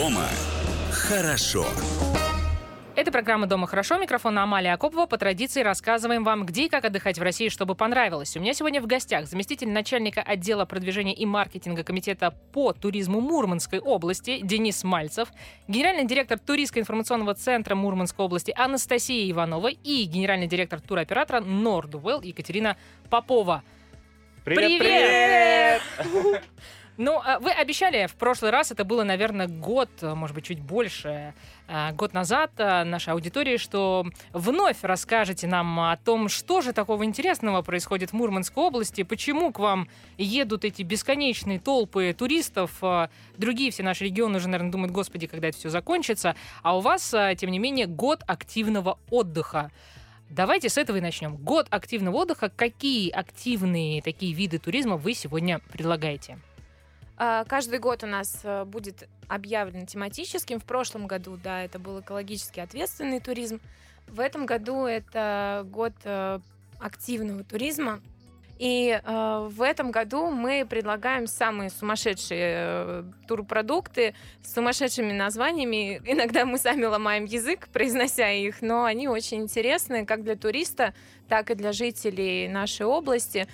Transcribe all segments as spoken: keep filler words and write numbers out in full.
Дома хорошо. Это программа «Дома хорошо». Микрофон Амалия Акопова. По традиции рассказываем вам, где и как отдыхать в России, чтобы понравилось. У меня сегодня в гостях заместитель начальника отдела продвижения и маркетинга Комитета по туризму Мурманской области Денис Мальцев, генеральный директор туристско-информационного центра Мурманской области Анастасия Иванова и генеральный директор туроператора Нордвелл Екатерина Попова. Привет! Привет! Привет! Ну, вы обещали в прошлый раз, это было, наверное, год, может быть, чуть больше, год назад нашей аудитории, что вновь расскажете нам о том, что же такого интересного происходит в Мурманской области, почему к вам едут эти бесконечные толпы туристов. Другие все наши регионы уже, наверное, думают, господи, когда это все закончится. А у вас, тем не менее, год активного отдыха. Давайте с этого и начнем. Год активного отдыха. Какие активные такие виды туризма вы сегодня предлагаете? Каждый год у нас будет объявлен тематическим. В прошлом году, да, это был экологически ответственный туризм. В этом году это год активного туризма. И э, в этом году мы предлагаем самые сумасшедшие э, турпродукты с сумасшедшими названиями. Иногда мы сами ломаем язык, произнося их, но они очень интересны как для туриста, так и для жителей нашей области.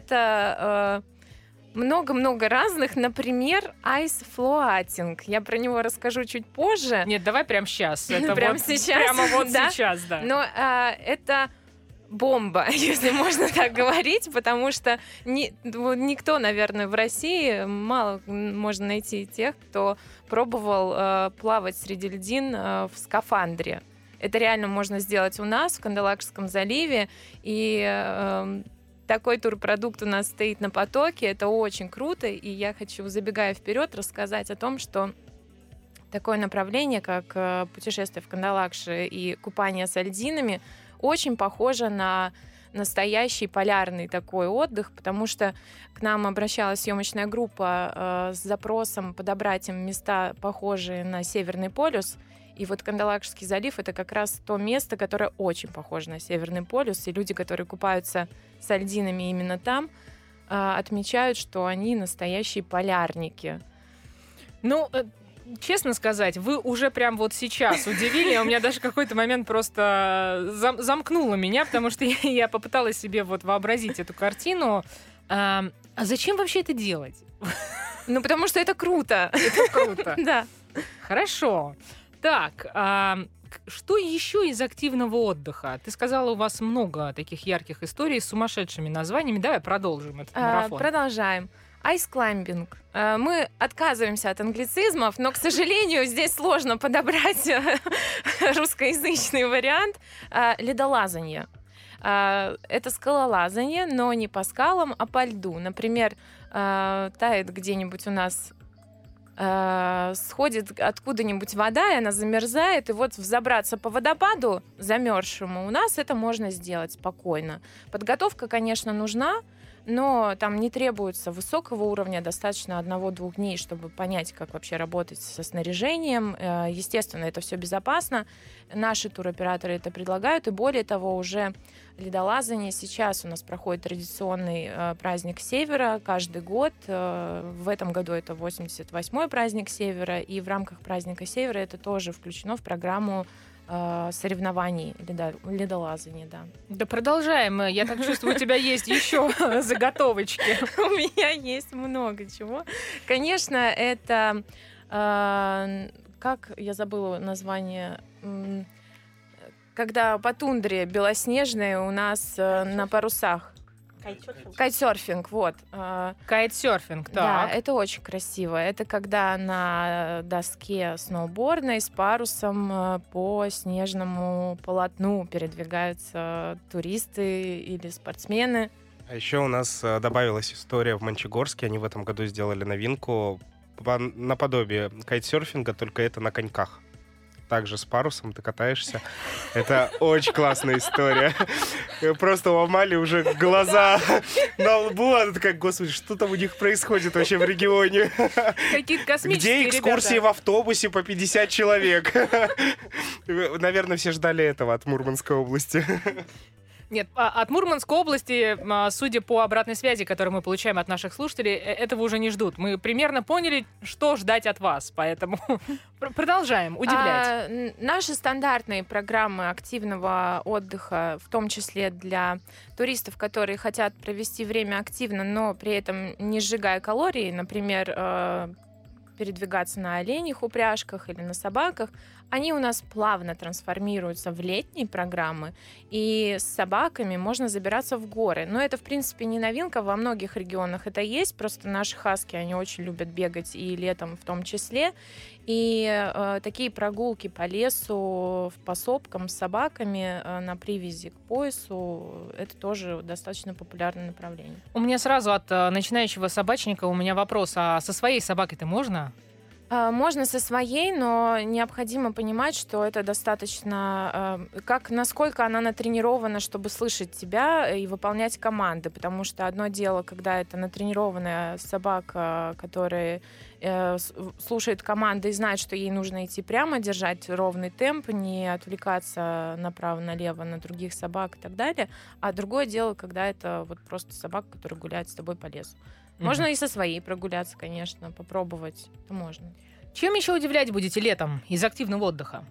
Это... Э, Много-много разных, например, айс-флоатинг. Я про него расскажу чуть позже. Нет, давай прямо сейчас. Это прямо вот, сейчас. Прямо вот да? сейчас, да. Но а, это бомба, если можно так говорить, потому что ни, никто, наверное, в России, мало можно найти тех, кто пробовал а, плавать среди льдин а, в скафандре. Это реально можно сделать у нас в Кандалакшском заливе, и а, такой турпродукт у нас стоит на потоке, это очень круто, и я хочу, забегая вперед, рассказать о том, что такое направление, как путешествие в Кандалакше и купание с льдинами, очень похоже на настоящий полярный такой отдых, потому что к нам обращалась съемочная группа э, с запросом подобрать им места, похожие на Северный полюс. И вот Кандалакшский залив — это как раз то место, которое очень похоже на Северный полюс. И люди, которые купаются с льдинами именно там, отмечают, что они настоящие полярники. Ну, честно сказать, вы уже прям вот сейчас удивили. У меня даже какой-то момент просто зам- замкнуло меня, потому что я, я попыталась себе вот вообразить эту картину. А, а зачем вообще это делать? Ну, потому что это круто. Это круто. Да. Хорошо. Так, а что еще из активного отдыха? Ты сказала, у вас много таких ярких историй с сумасшедшими названиями. Давай продолжим этот марафон. А, продолжаем. Айс-клаймбинг. Мы отказываемся от англицизмов, но, к сожалению, здесь сложно подобрать русскоязычный вариант. Ледолазанье. Это скалолазанье, но не по скалам, а по льду. Например, тает где-нибудь у нас, сходит откуда-нибудь вода, и она замерзает, и вот взобраться по водопаду замерзшему у нас это можно сделать спокойно. Подготовка, конечно, нужна, но там не требуется высокого уровня, достаточно одного-двух дней, чтобы понять, как вообще работать со снаряжением. Естественно, это все безопасно. Наши туроператоры это предлагают, и более того, уже ледолазание сейчас у нас проходит традиционный праздник Севера каждый год. В этом году это восемьдесят восьмой праздник Севера, и в рамках праздника Севера это тоже включено в программу соревнований ледолазания, да. Да продолжаем. Я так чувствую, у тебя есть еще заготовочки. У меня есть много чего. Конечно, это... Как я забыла название... Когда по тундре белоснежной у нас на парусах. Кайтсерфинг. Кайтсерфинг, вот. Кайтсерфинг, так. Да, это очень красиво. Это когда на доске сноубордной с парусом по снежному полотну передвигаются туристы или спортсмены. А еще у нас добавилась история в Мончегорске. Они в этом году сделали новинку наподобие кайтсерфинга, только это на коньках. Также с парусом ты катаешься. Это очень классная история. Просто у Амали уже глаза на лбу. Она такая, господи, что там у них происходит вообще в регионе? Какие-то космические Где экскурсии ребята. в автобусе по пятьдесят человек? Наверное, все ждали этого от Мурманской области. Нет, а от Мурманской области, а, судя по обратной связи, которую мы получаем от наших слушателей, э- этого уже не ждут. Мы примерно поняли, что ждать от вас, поэтому пр- продолжаем удивлять. А, н- наши стандартные программы активного отдыха, в том числе для туристов, которые хотят провести время активно, но при этом не сжигая калорий, например, э, передвигаться на оленях упряжках или на собаках, они у нас плавно трансформируются в летние программы, и с собаками можно забираться в горы. Но это, в принципе, не новинка, во многих регионах это есть, просто наши хаски, они очень любят бегать, и летом в том числе. И э, такие прогулки по лесу, по сопкам с собаками э, на привязи к поясу, это тоже достаточно популярное направление. У меня сразу от э, начинающего собачника у меня вопрос, а со своей собакой-то можно? А, Можно со своей, но необходимо понимать, что это достаточно, э, как насколько она натренирована, чтобы слышать тебя и выполнять команды, потому что одно дело, когда это натренированная собака, которая э, с- в- слушает команды и знает, что ей нужно идти прямо, держать ровный темп, не отвлекаться направо-налево на других собак и так далее, а другое дело, когда это вот просто собака, которая гуляет с тобой по лесу. Можно и со своей прогуляться, конечно, попробовать. Это можно. Чем еще удивлять будете летом из активного отдыха?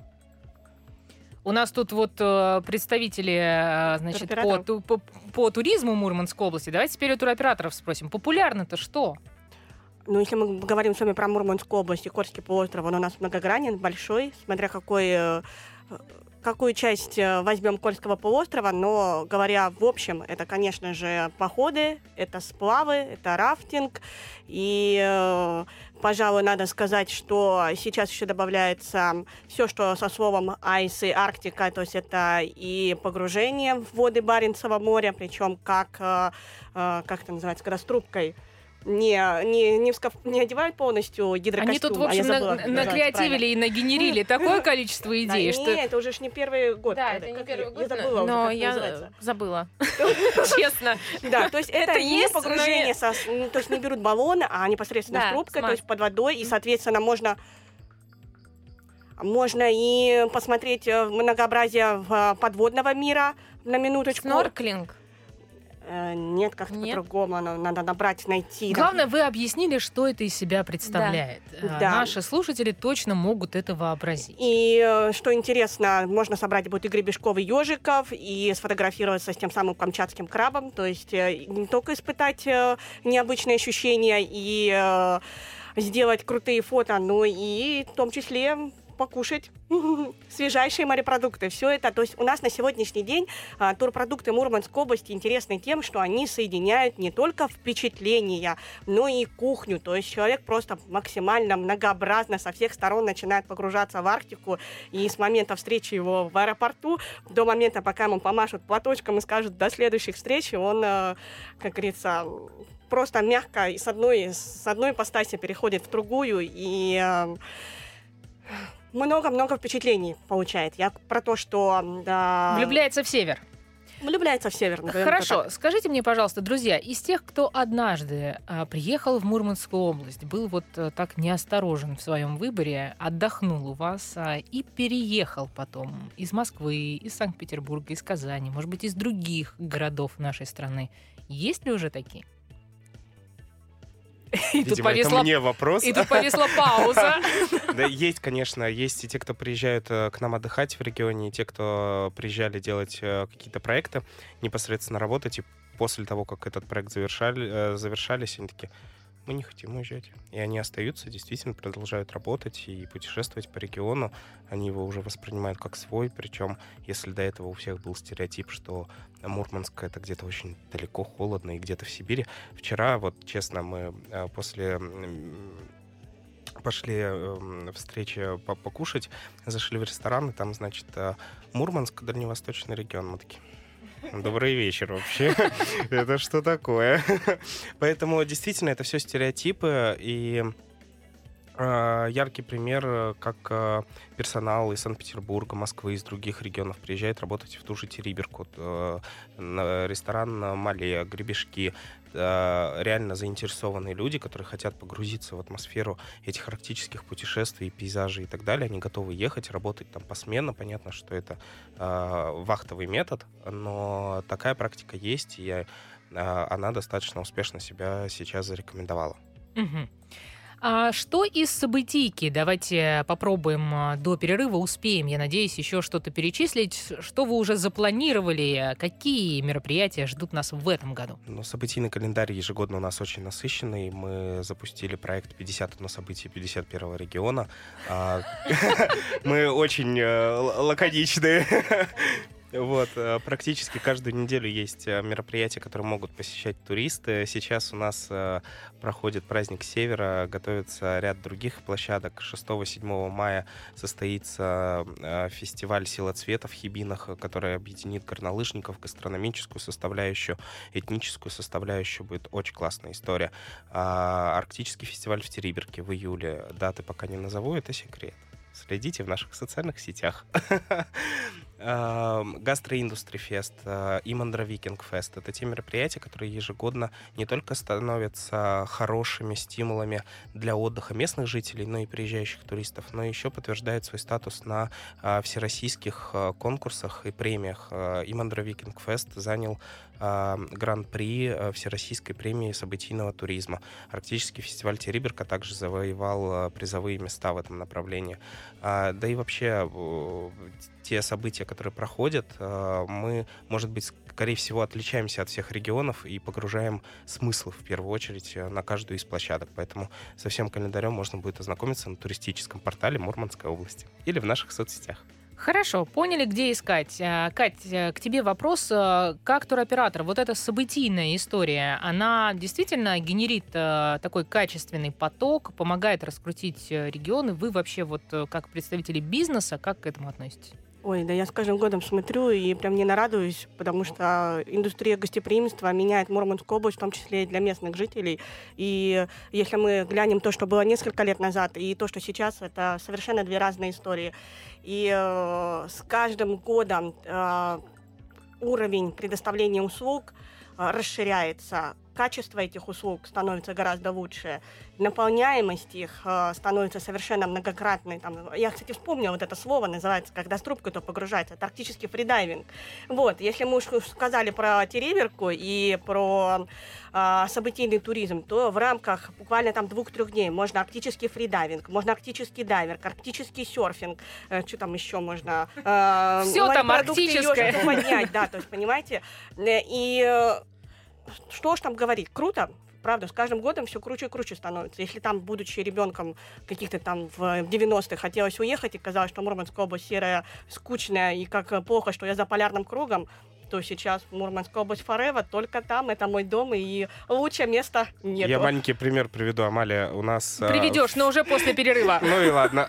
У нас тут вот э, представители э, значит, по, Туроператоров. ту- по, по туризму Мурманской области. Давайте теперь у туроператоров спросим. Популярно-то что? Ну, если мы говорим с вами про Мурманскую область и Кольский полуостров, он у нас многогранен, большой, смотря какой, э, какую часть э, возьмем Кольского полуострова, но говоря в общем, это, конечно же, походы, это сплавы, это рафтинг, и, э, пожалуй, надо сказать, что сейчас еще добавляется все, что со словом айс и Арктика, то есть это и погружение в воды Баренцева моря, причем как, э, э, как это называется, когда с трубкой не, не, не, вскаф... не одевают полностью гидрокостюм. Они тут, в а я общем, забыла, на- как называется накреативили правильно. и нагенерили такое количество Да, идей, что... нет, это уже ж не первый год. Да, когда- это не как первый я- год, я забыла уже, но как это я называется. забыла. Честно. Да, то есть это, Это не есть, но погружение, я- со, ну, то есть не берут баллоны, а непосредственно Да, с трубкой, с то есть под водой, и, соответственно, можно можно и посмотреть э, многообразие в- подводного мира на минуточку. Снорклинг. Э, Нет, как-то Нет? по-другому, оно надо набрать, найти. Главное, вы объяснили, что это из себя представляет. А Да. Наши слушатели точно могут это вообразить. И э, что интересно, можно собрать будет и гребешков, и ежиков, и сфотографироваться с тем самым камчатским крабом, то есть э, не только испытать э, необычные ощущения и э, сделать крутые фото, но и в том числе покушать свежайшие морепродукты. Все это, то есть у нас на сегодняшний день а, турпродукты Мурманской области интересны тем, что они соединяют не только впечатления, но и кухню. То есть человек просто максимально многообразно со всех сторон начинает погружаться в Арктику, и с момента встречи его в аэропорту до момента, пока ему помашут платочком и скажут «до следующих встреч», он, э, как говорится, просто мягко и с одной, с одной ипостаси переходит в другую, и э, много-много впечатлений получает. Я про то, что... Да, Влюбляется в север. влюбляется в север. наверное, Хорошо, так. скажите мне, пожалуйста, друзья, из тех, кто однажды а, приехал в Мурманскую область, был вот а, так неосторожен в своем выборе, отдохнул у вас а, и переехал потом из Москвы, из Санкт-Петербурга, из Казани, может быть, из других городов нашей страны. Есть ли уже такие? И тут Видимо, это повисла мне вопрос. и тут повисла пауза. Да, есть, конечно, есть и те, кто приезжают э, к нам отдыхать в регионе, и те, кто приезжали делать э, какие-то проекты, непосредственно работать, и после того, как этот проект завершали, э, завершались, они такие, мы не хотим уезжать. И они остаются, действительно продолжают работать и путешествовать по региону. Они его уже воспринимают как свой, причем, если до этого у всех был стереотип, что Мурманск — это где-то очень далеко, холодно и где-то в Сибири. Вчера, вот честно, мы э, после... м, пошли э, встречи по- покушать, зашли в ресторан, и там, значит, э, Мурманск, дальневосточный регион. Мы такие, добрый вечер вообще. Это что такое? Поэтому действительно это все стереотипы, и А, Яркий пример, э, как э, персонал из Санкт-Петербурга, Москвы, из других регионов приезжает работать в ту же Териберку. э, на ресторан Мале, Гребешки. Э, Реально заинтересованные люди, которые хотят погрузиться в атмосферу этих арктических путешествий, пейзажей и так далее. Они готовы ехать, работать там посменно. Понятно, что это э, вахтовый метод, но такая практика есть, и э, она достаточно успешно себя сейчас зарекомендовала. Мгм. А что из событийки? Давайте попробуем а, до перерыва, успеем, я надеюсь, еще что-то перечислить. Что вы уже запланировали? Какие мероприятия ждут нас в этом году? Ну, событийный календарь ежегодно у нас очень насыщенный. Мы запустили проект пятьдесят одно событие пятьдесят первого региона. А, Мы очень э, л- лаконичные. Вот, э, практически каждую неделю есть э, мероприятия, которые могут посещать туристы. Сейчас у нас э, проходит праздник Севера, готовится ряд других площадок. шестого-седьмого мая состоится э, фестиваль «Сила цвета» в Хибинах, э, который объединит горнолыжников, гастрономическую составляющую, этническую составляющую. Будет очень классная история. А, Арктический фестиваль в Териберке в июле. Даты пока не назову, это секрет. Следите в наших социальных сетях. Гастроиндустри фест, Имандра Викинг фест — это те мероприятия, которые ежегодно не только становятся хорошими стимулами для отдыха местных жителей, но и приезжающих туристов, но еще подтверждают свой статус на а, всероссийских а, конкурсах и премиях. А, Имандра Викинг фест занял а, гран-при а, Всероссийской премии событийного туризма. Арктический фестиваль Териберка также завоевал а, призовые места в этом направлении. А, да и вообще э, те события, которые проходят, э, мы, может быть, скорее всего, отличаемся от всех регионов и погружаем смысл, в первую очередь, э, на каждую из площадок. Поэтому со всем календарем можно будет ознакомиться на туристическом портале Мурманской области или в наших соцсетях. Хорошо, поняли, где искать. А, Кать, э, к тебе вопрос. э, Как туроператор, вот эта событийная история, она действительно генерит э, такой качественный поток, помогает раскрутить э, регионы? Вы вообще, вот э, как представители бизнеса, как к этому относитесь? Ой, да я с каждым годом смотрю и прям не нарадуюсь, потому что индустрия гостеприимства меняет Мурманскую область, в том числе и для местных жителей. И если мы глянем то, что было несколько лет назад, и то, что сейчас, это совершенно две разные истории. И э, с каждым годом э, уровень предоставления услуг э, расширяется, качество этих услуг становится гораздо лучше, наполняемость их э, становится совершенно многократной. Там, я, кстати, вспомнила вот это слово, называется, когда с трубкой то погружается, это арктический фридайвинг. Вот, если мы уж сказали про Териберку и про э, событийный туризм, то в рамках буквально там двух-трех дней можно арктический фридайвинг, можно арктический дайвинг, арктический серфинг, э, что там еще можно? Э, Всё там морепродукты, арктическое. ёжиков поднять, да, то есть, понимаете, Э, и э, что ж там говорить, круто. Правда, с каждым годом все круче и круче становится. Если там, будучи ребенком каких-то там в девяностых, хотелось уехать, и казалось, что Мурманская область серая, скучная, и как плохо, что я за полярным кругом, то сейчас Мурманская область forever, только там, это мой дом, и лучше места нет. Я маленький пример приведу, Амалия. У нас... э, Приведешь, но уже после перерыва. Ну и ладно.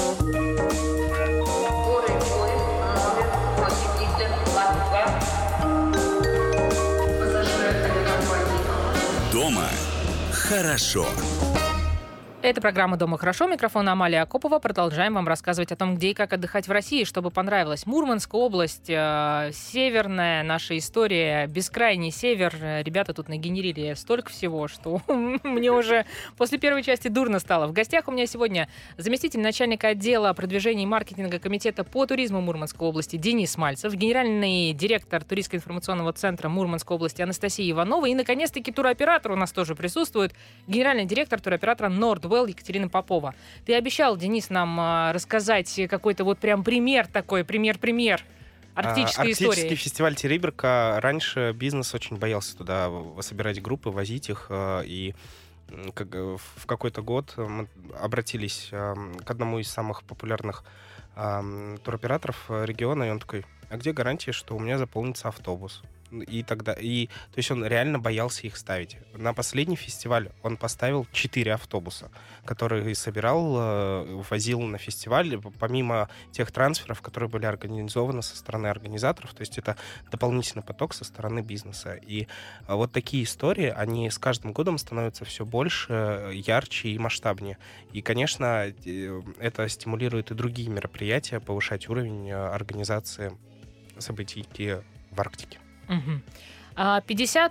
Дома хорошо. Это программа «Дома хорошо». Микрофон Амалия Акопова. Продолжаем вам рассказывать о том, где и как отдыхать в России, чтобы понравилось. Мурманская область, э, северная наша история, бескрайний север. Ребята тут нагенерили столько всего, что мне уже после первой части дурно стало. В гостях у меня сегодня заместитель начальника отдела продвижения и маркетинга Комитета по туризму Мурманской области Денис Мальцев, генеральный директор туристско-информационного центра Мурманской области Анастасия Иванова и, наконец-таки, туроператор у нас тоже присутствует, генеральный директор туроператора Nordwell Екатерина Попова. Ты обещал, Денис, нам а, рассказать какой-то вот прям пример такой, пример-пример арктической А, истории. Арктический фестиваль Териберка. Раньше бизнес очень боялся туда в- собирать группы, возить их. э, И м, как, э, в какой-то год мы обратились э, к одному из самых популярных э, туроператоров э, региона, и он такой: а где гарантия, что у меня заполнится автобус? И тогда, и, то есть он реально боялся их ставить. На последний фестиваль он поставил четыре автобуса, которые собирал, э, возил на фестиваль, помимо тех трансферов, которые были организованы со стороны организаторов. То есть это дополнительный поток со стороны бизнеса. И э, вот такие истории, они с каждым годом становятся все больше, ярче и масштабнее. И, конечно, э, это стимулирует и другие мероприятия, повышать уровень э, организации событий в Арктике. Мгм. А, пятьдесят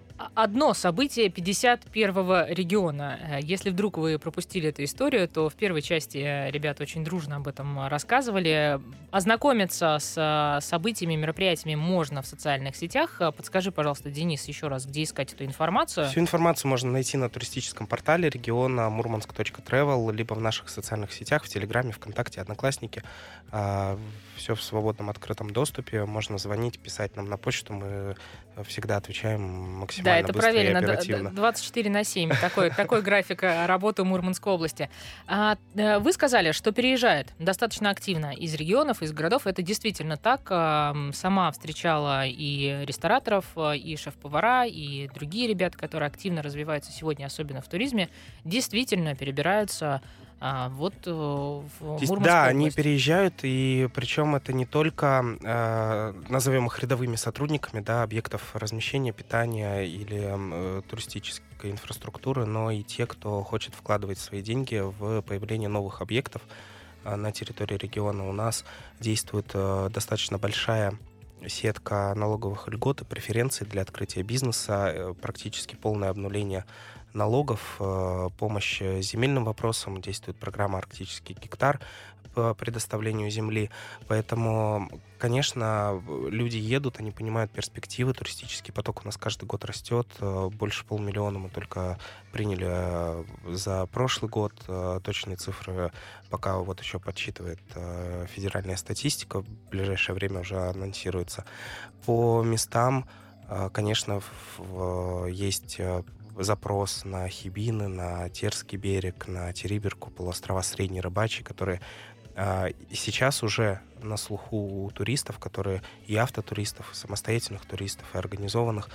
одно событие пятьдесят первого региона. Э, Если вдруг вы пропустили эту историю, то в первой части э, ребята очень дружно об этом э, рассказывали. Ознакомиться с э, событиями, мероприятиями можно в социальных сетях. Э, Подскажи, пожалуйста, Денис, еще раз, где искать эту информацию? Всю информацию можно найти на туристическом портале региона мурманск точка travel, либо в наших социальных сетях, в Телеграме, ВКонтакте, Одноклассники. Все в свободном, открытом доступе. Можно звонить, писать нам на почту. Мы всегда отвечаем максимально Да, это быстро и проверено. Д- оперативно. д- двадцать четыре на семь. Такой, такой график э, работы в Мурманской области. А, э, Вы сказали, что переезжают достаточно активно из регионов, из городов. Это действительно так. А, м, Сама встречала и рестораторов, э, и шеф-повара, и другие ребята, которые активно развиваются сегодня, особенно в туризме, действительно перебираются а, вот э, в Здесь, Мурманскую да, они область. переезжают, и причем это не только, э, назовем их рядовыми сотрудниками, да, объектов размещения, питания или э, туристической инфраструктуры, но и те, кто хочет вкладывать свои деньги в появление новых объектов э, на территории региона. У нас действует э, достаточно большая сетка налоговых льгот и преференций для открытия бизнеса, э, практически полное обнуление налогов, э, помощь земельным вопросам, действует программа «Арктический гектар» по предоставлению земли. Поэтому, конечно, люди едут, они понимают перспективы, туристический поток у нас каждый год растет, э, больше полмиллиона мы только приняли э, за прошлый год, э, точные цифры пока вот еще подсчитывает э, федеральная статистика, в ближайшее время уже анонсируется. По местам, э, конечно, в- в- есть э, запрос на Хибины, на Терский берег, на Териберку, полуострова Средний Рыбачий, которые а, и сейчас уже на слуху у туристов, которые и автотуристов, и самостоятельных туристов, и организованных,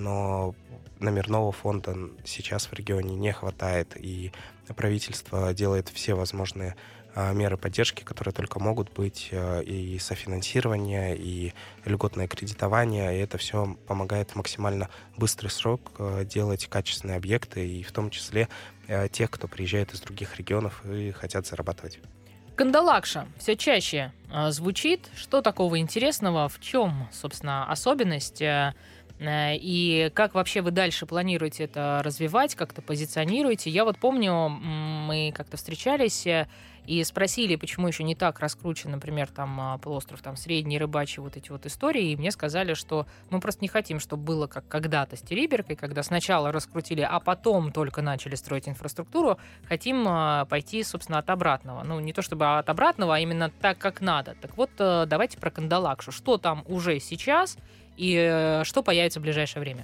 но номерного фонда сейчас в регионе не хватает, и правительство делает все возможные а, меры поддержки, которые только могут быть, а, и софинансирование, и льготное кредитование, и это все помогает в максимально быстрый срок а, делать качественные объекты, и в том числе а, тех, кто приезжает из других регионов и хотят зарабатывать. Кандалакша все чаще э, звучит. Что такого интересного? В чем, собственно, особенность? Э, э, и как вообще вы дальше планируете это развивать, как-то позиционируете? Я вот помню, м, мы как-то встречались э, и спросили, почему еще не так раскручен, например, там а, полуостров там, Средний Рыбачий, вот эти вот истории. И мне сказали, что мы просто не хотим, чтобы было как когда-то с Териберкой, когда сначала раскрутили, а потом только начали строить инфраструктуру. Хотим а, пойти, собственно, от обратного. Ну, не то чтобы от обратного, а именно так, как надо. Так вот, э, давайте про Кандалакшу. Что там уже сейчас и э, что появится в ближайшее время?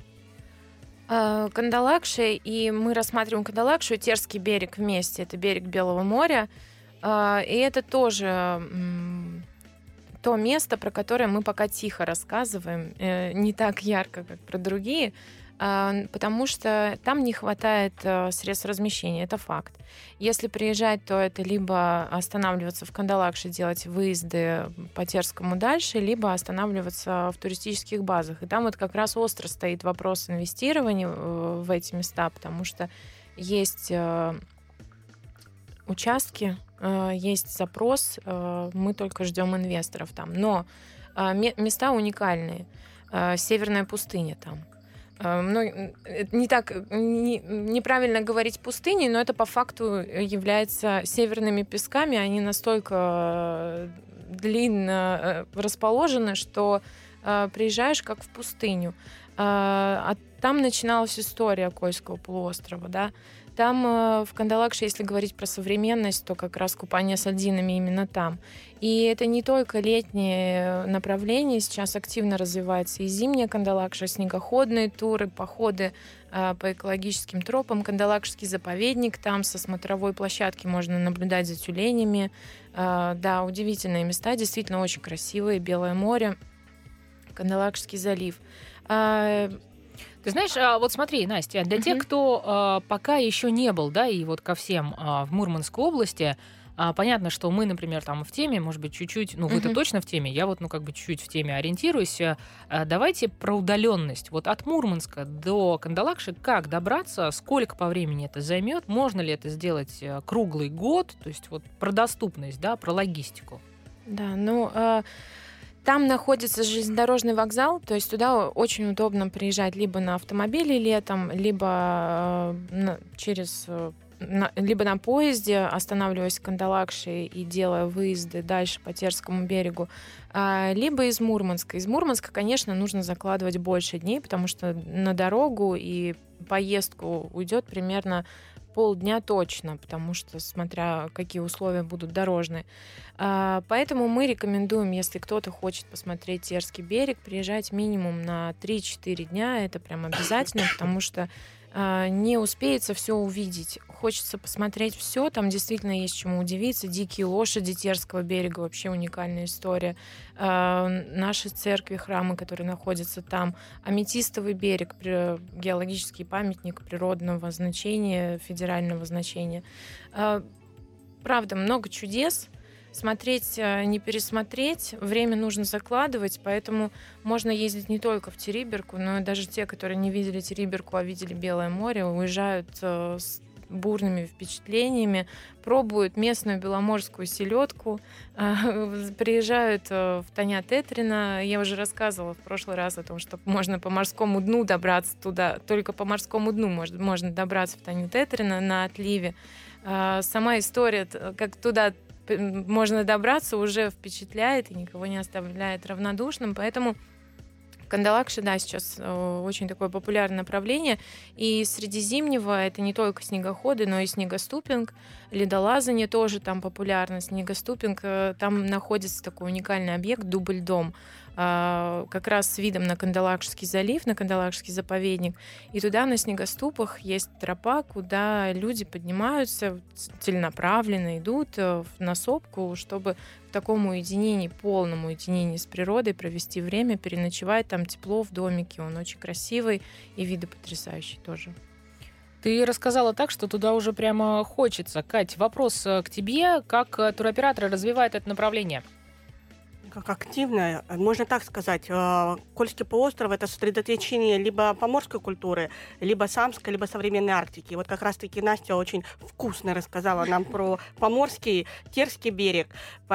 А, Кандалакша, и мы рассматриваем Кандалакшу и Терский берег вместе. Это берег Белого моря. А, И это тоже м, то место, про которое мы пока тихо рассказываем, э, не так ярко, как про другие, а, потому что там не хватает э, средств размещения, это факт. Если приезжать, то это либо останавливаться в Кандалакше, делать выезды по Терскому дальше, либо останавливаться в туристических базах. И там вот как раз остро стоит вопрос инвестирования э, в эти места, потому что есть э, участки, э, есть запрос, э, мы только ждем инвесторов там. Но э, ме- места уникальные. Э, Северная пустыня там. Э, Ну, м, это не так не- неправильно говорить пустыней, но это по факту является северными песками. Они настолько э, длинно э, расположены, что э, приезжаешь как в пустыню. Э, А там начиналась история Койского полуострова, да. Там э, в Кандалакше, если говорить про современность, то как раз купание с альдинами именно там. И это не только летнее направление, сейчас активно развивается и зимняя Кандалакша, снегоходные туры, походы э, по экологическим тропам, Кандалакшский заповедник, там со смотровой площадки можно наблюдать за тюленями. Э, Да, удивительные места, действительно очень красивые, Белое море, Кандалакшский залив. А, Ты знаешь, а, вот смотри, Настя, для тех, Мгм. кто а, пока еще не был, да, и вот ко всем а, в Мурманской области, а, понятно, что мы, например, там в теме, может быть, чуть-чуть, ну, вы-то Мгм. точно в теме, я вот, ну, как бы чуть-чуть в теме ориентируюсь. А, а, давайте про удаленность. Вот от Мурманска до Кандалакши как добраться, сколько по времени это займет, можно ли это сделать а, круглый год, то есть вот про доступность, да, про логистику. Да, ну, а, там находится железнодорожный вокзал, то есть туда очень удобно приезжать либо на автомобиле летом, либо а, на- через э, на- либо на поезде, останавливаясь в Кандалакше и делая выезды дальше по Терскому берегу, а, либо из Мурманска. Из Мурманска, конечно, нужно закладывать больше дней, потому что на дорогу и поездку уйдет примерно полдня точно, потому что смотря какие условия будут дорожные. А, Поэтому мы рекомендуем, если кто-то хочет посмотреть Терский берег, приезжать минимум на три-четыре дня. Это прям обязательно, потому что а, не успеется все увидеть. Хочется посмотреть все. Там действительно есть чему удивиться. Дикие лошади Терского берега, вообще уникальная история. А, Наши церкви, храмы, которые находятся там. Аметистовый берег, при- геологический памятник природного значения, федерального значения. А, Правда, много чудес. Смотреть, э, не пересмотреть. Время нужно закладывать, поэтому можно ездить не только в Териберку, но и даже те, которые не видели Териберку, а видели Белое море, уезжают э, с бурными впечатлениями, пробуют местную беломорскую селедку, э, приезжают э, в Таня-Тетрина. Я уже рассказывала в прошлый раз о том, что можно по морскому дну добраться туда. Только по морскому дну может, можно добраться в Таню-Тетрина на отливе. А, Сама история, т- как туда п- можно добраться, уже впечатляет и никого не оставляет равнодушным. Поэтому Кандалакша, да, сейчас э, очень такое популярное направление. И среди зимнего это не только снегоходы, но и снегоступинг, ледолазание тоже там популярно. Снегоступинг, э, там находится такой уникальный объект Дубль-дом, а, как раз с видом на Кандалакшский залив, на Кандалакшский заповедник. И туда на снегоступах есть тропа, куда люди поднимаются, ц- целенаправленно идут э, в- на сопку, чтобы в таком уединении, полном уединении с природой провести время, переночевать. Там тепло в домике, он очень красивый и виды потрясающие тоже. Ты рассказала так, что туда уже прямо хочется. Кать, вопрос э, к тебе. Как э, туроператоры развивают это направление? Как активная, можно так сказать. э, Кольский полуостров — это сосредоточение либо поморской культуры, либо самской, либо современной Арктики. И вот как раз-таки Настя очень вкусно рассказала нам про поморский, Терский берег.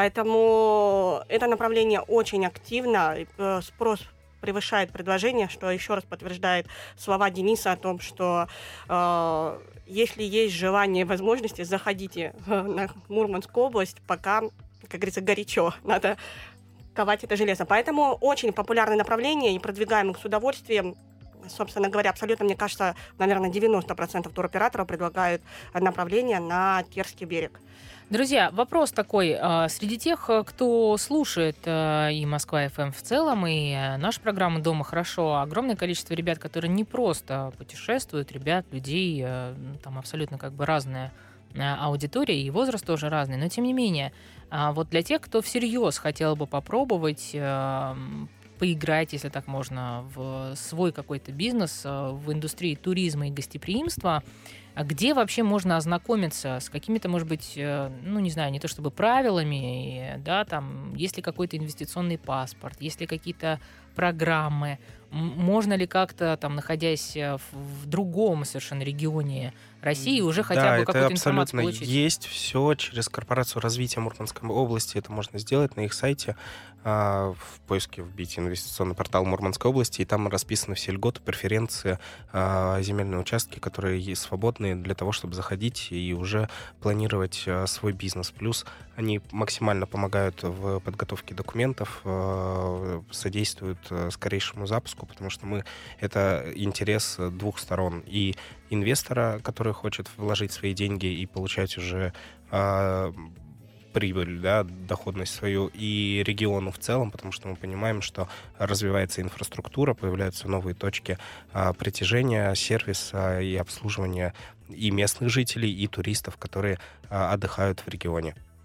Поэтому это направление очень активно. и, э, Спрос превышает предложение, что еще раз подтверждает слова Дениса о том, что э, если есть желание и возможности, заходите э, на Мурманскую область, пока, как говорится, горячо. Надо ковать это железо. Поэтому очень популярное направление и продвигаем их с удовольствием. Собственно говоря, абсолютно, мне кажется, наверное, девяносто процентов туроператоров предлагают направление на Терский берег. Друзья, вопрос такой. э, Среди тех, э, кто слушает э, и Москва эф эм в целом, и э, нашу программу «Дома хорошо», огромное количество ребят, которые не просто путешествуют, ребят, людей, э, ну, там абсолютно как бы разная э, аудитория, и возраст тоже разный, но тем не менее, а вот для тех, кто всерьез хотел бы попробовать э, м, поиграть, если так можно, в свой какой-то бизнес э, в индустрии туризма и гостеприимства, а где вообще можно ознакомиться с какими-то, может быть, э, ну, не знаю, не то чтобы правилами, и, да, там, есть ли какой-то инвестиционный паспорт, есть ли какие-то программы, м- можно ли как-то, там, находясь э, в, в другом совершенно регионе России, уже хотя Да, бы это какую-то информацию абсолютно получить? есть все через корпорацию развития Мурманской области. Это можно сделать на их сайте. а, В поиске вбить инвестиционный портал Мурманской области, и там расписаны все льготы, преференции, а, земельные участки, которые есть свободные для того, чтобы заходить и уже планировать а, свой бизнес. Плюс они максимально помогают в подготовке документов, а, содействуют а, скорейшему запуску, потому что мы это интерес двух сторон. И инвестора, который хочет вложить свои деньги и получать уже а, прибыль, да, доходность свою, и региону в целом, потому что мы понимаем, что развивается инфраструктура, появляются новые точки а, притяжения, сервиса и обслуживания и местных жителей, и туристов, которые а, отдыхают в регионе.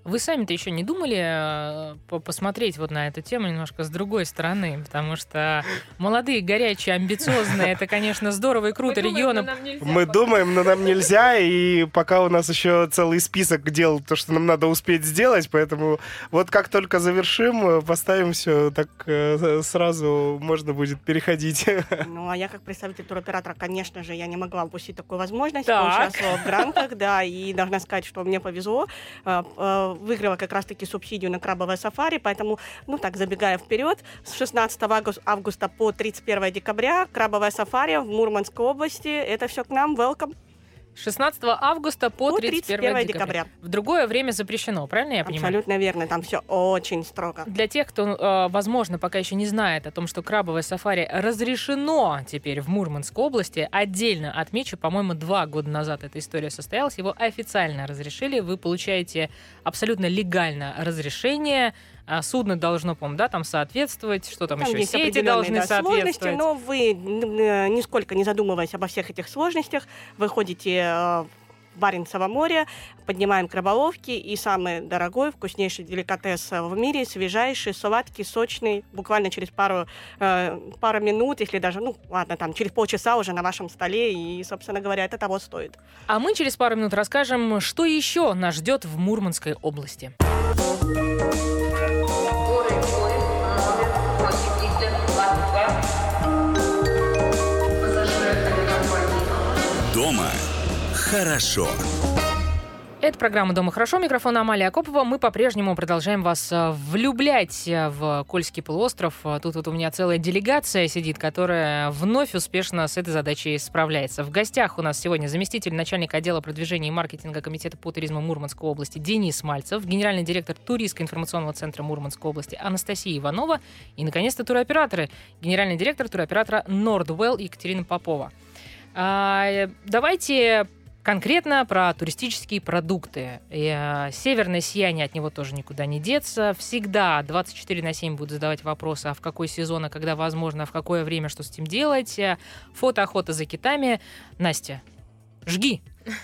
Вы сами-то еще не думали э, по- посмотреть вот на эту тему немножко с другой стороны? Потому что молодые, горячие, амбициозные, это, конечно, здорово и круто. Регионы... Мы думаем, но нам нельзя, и пока у нас еще целый список дел, то, что нам надо успеть сделать, поэтому вот как только завершим, поставим все, так э, сразу можно будет переходить. Ну, а я как представитель туроператора, конечно же, я не могла упустить такую возможность. Так. Поучаствовала в грантах, да, и должна сказать, что мне повезло. Э, э, Выиграла как раз-таки субсидию на крабовое сафари, поэтому, ну так, забегая вперед, с шестнадцатого августа по тридцать первое декабря крабовое сафари в Мурманской области. Это все к нам, welcome. шестнадцатого августа по По тридцать первое декабря. декабря. В другое время запрещено, правильно я понимаю? Абсолютно верно, там все очень строго. Для тех, кто, э, возможно, пока еще не знает о том, что крабовое сафари разрешено теперь в Мурманской области, отдельно отмечу, по-моему, два года назад эта история состоялась, его официально разрешили, вы получаете абсолютно легально разрешение, а судно должно, по-моему, да, там соответствовать, что там, Там еще есть сети определенные, должны да, сложности, соответствовать. но вы, н- н- нисколько не задумываясь обо всех этих сложностях, выходите э, в Баренцево море, поднимаем краболовки, и самый дорогой, вкуснейший деликатес в мире, свежайший, сладкий, сочный, буквально через пару, э, пару минут, если даже, ну, ладно, там, через полчаса уже на вашем столе, и, собственно говоря, это того стоит. А мы через пару минут расскажем, что еще нас ждет в Мурманской области. Дома хорошо. Это программа «Дома хорошо». Микрофон Амалия Акопова. Мы по-прежнему продолжаем вас э, влюблять э, в Кольский полуостров. Э, Тут вот у меня целая делегация сидит, которая вновь успешно с этой задачей справляется. В гостях у нас сегодня заместитель начальника отдела продвижения и маркетинга Комитета по туризму Мурманской области Денис Мальцев, генеральный директор туристско-информационного центра Мурманской области Анастасия Иванова и, наконец-то, туроператоры, генеральный директор туроператора Nordwell Екатерина Попова. А, давайте конкретно про туристические продукты. И, э, северное сияние, от него тоже никуда не деться. Всегда двадцать четыре на семь будут задавать вопросы, а в какой сезон, а когда возможно, а в какое время, что с этим делать. Фотоохота за китами. Настя, жги!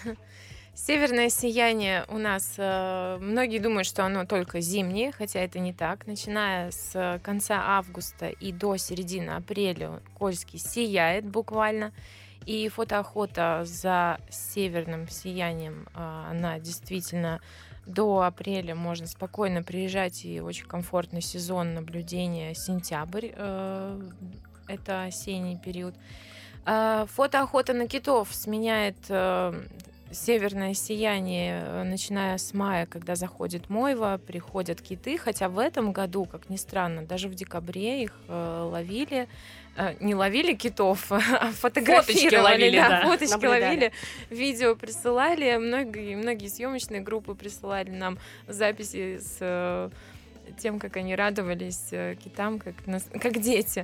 Северное сияние у нас, э, многие думают, что оно только зимнее, хотя это не так. Начиная с конца августа и до середины апреля Кольский сияет буквально. И фотоохота за северным сиянием, э, она действительно до апреля можно спокойно приезжать, и очень комфортный сезон наблюдения сентябрь, э, это осенний период. Э, фотоохота на китов сменяет э, северное сияние, э, начиная с мая, когда заходит мойва, приходят киты, хотя в этом году, как ни странно, даже в декабре их э, ловили. Э, не ловили китов, а фотографировали. Фоточки ловили, да, да. фоточки Наблюдали. ловили, видео присылали, многие, многие съемочные группы присылали нам записи с э, тем, как они радовались э, китам, как, нас- как дети.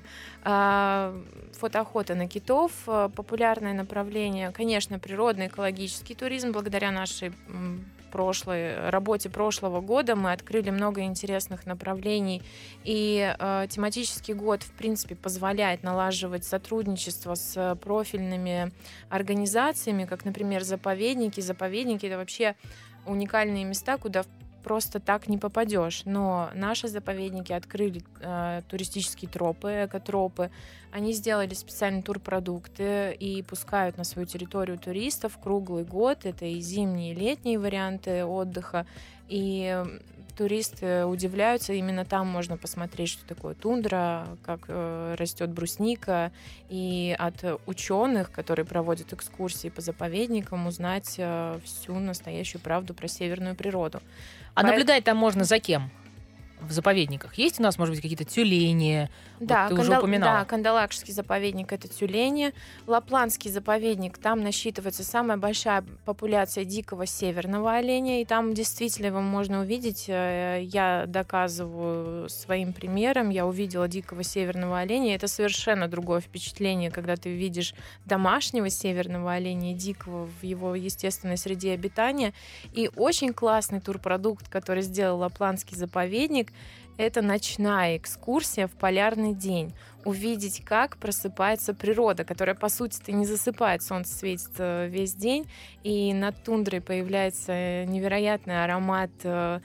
А, фотоохота на китов, э, популярное направление, конечно, природный экологический туризм. Благодаря нашей м, прошлой работе прошлого года мы открыли много интересных направлений, и э, тематический год, в принципе, позволяет налаживать сотрудничество с профильными организациями, как, например, заповедники. Заповедники — это вообще уникальные места, куда просто так не попадешь. Но наши заповедники открыли э, туристические тропы, экотропы. Они сделали специальные турпродукты и пускают на свою территорию туристов круглый год. Это и зимние, и летние варианты отдыха. И э, туристы удивляются. Именно там можно посмотреть, что такое тундра, как э, растет брусника. И от ученых, которые проводят экскурсии по заповедникам, узнать э, всю настоящую правду про северную природу. А Поэт- наблюдать там можно за кем? В заповедниках есть у нас, может быть, какие-то тюлени? Да, Вот ты уже Кандал- упоминала. да, Кандалакшский заповедник — это тюлени. Лапландский заповедник, там насчитывается самая большая популяция дикого северного оленя, и там действительно его можно увидеть. Э, Я доказываю своим примером. Я увидела дикого северного оленя. Это совершенно другое впечатление, когда ты видишь домашнего северного оленя и дикого в его естественной среде обитания. И очень классный турпродукт, который сделал Лапландский заповедник, это ночная экскурсия в полярный день. Увидеть, как просыпается природа, которая, по сути-то, не засыпает, солнце светит э, весь день, и над тундрой появляется невероятный аромат э,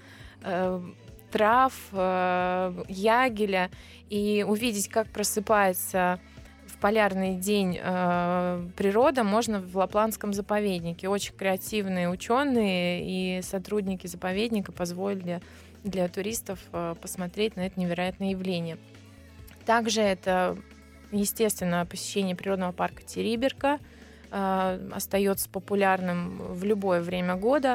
э, трав, э, ягеля, и увидеть, как просыпается в полярный день э, природа, можно в Лапландском заповеднике. Очень креативные ученые и сотрудники заповедника позволили для туристов э, посмотреть на это невероятное явление. Также это, естественно, посещение природного парка Териберка э, остается популярным в любое время года.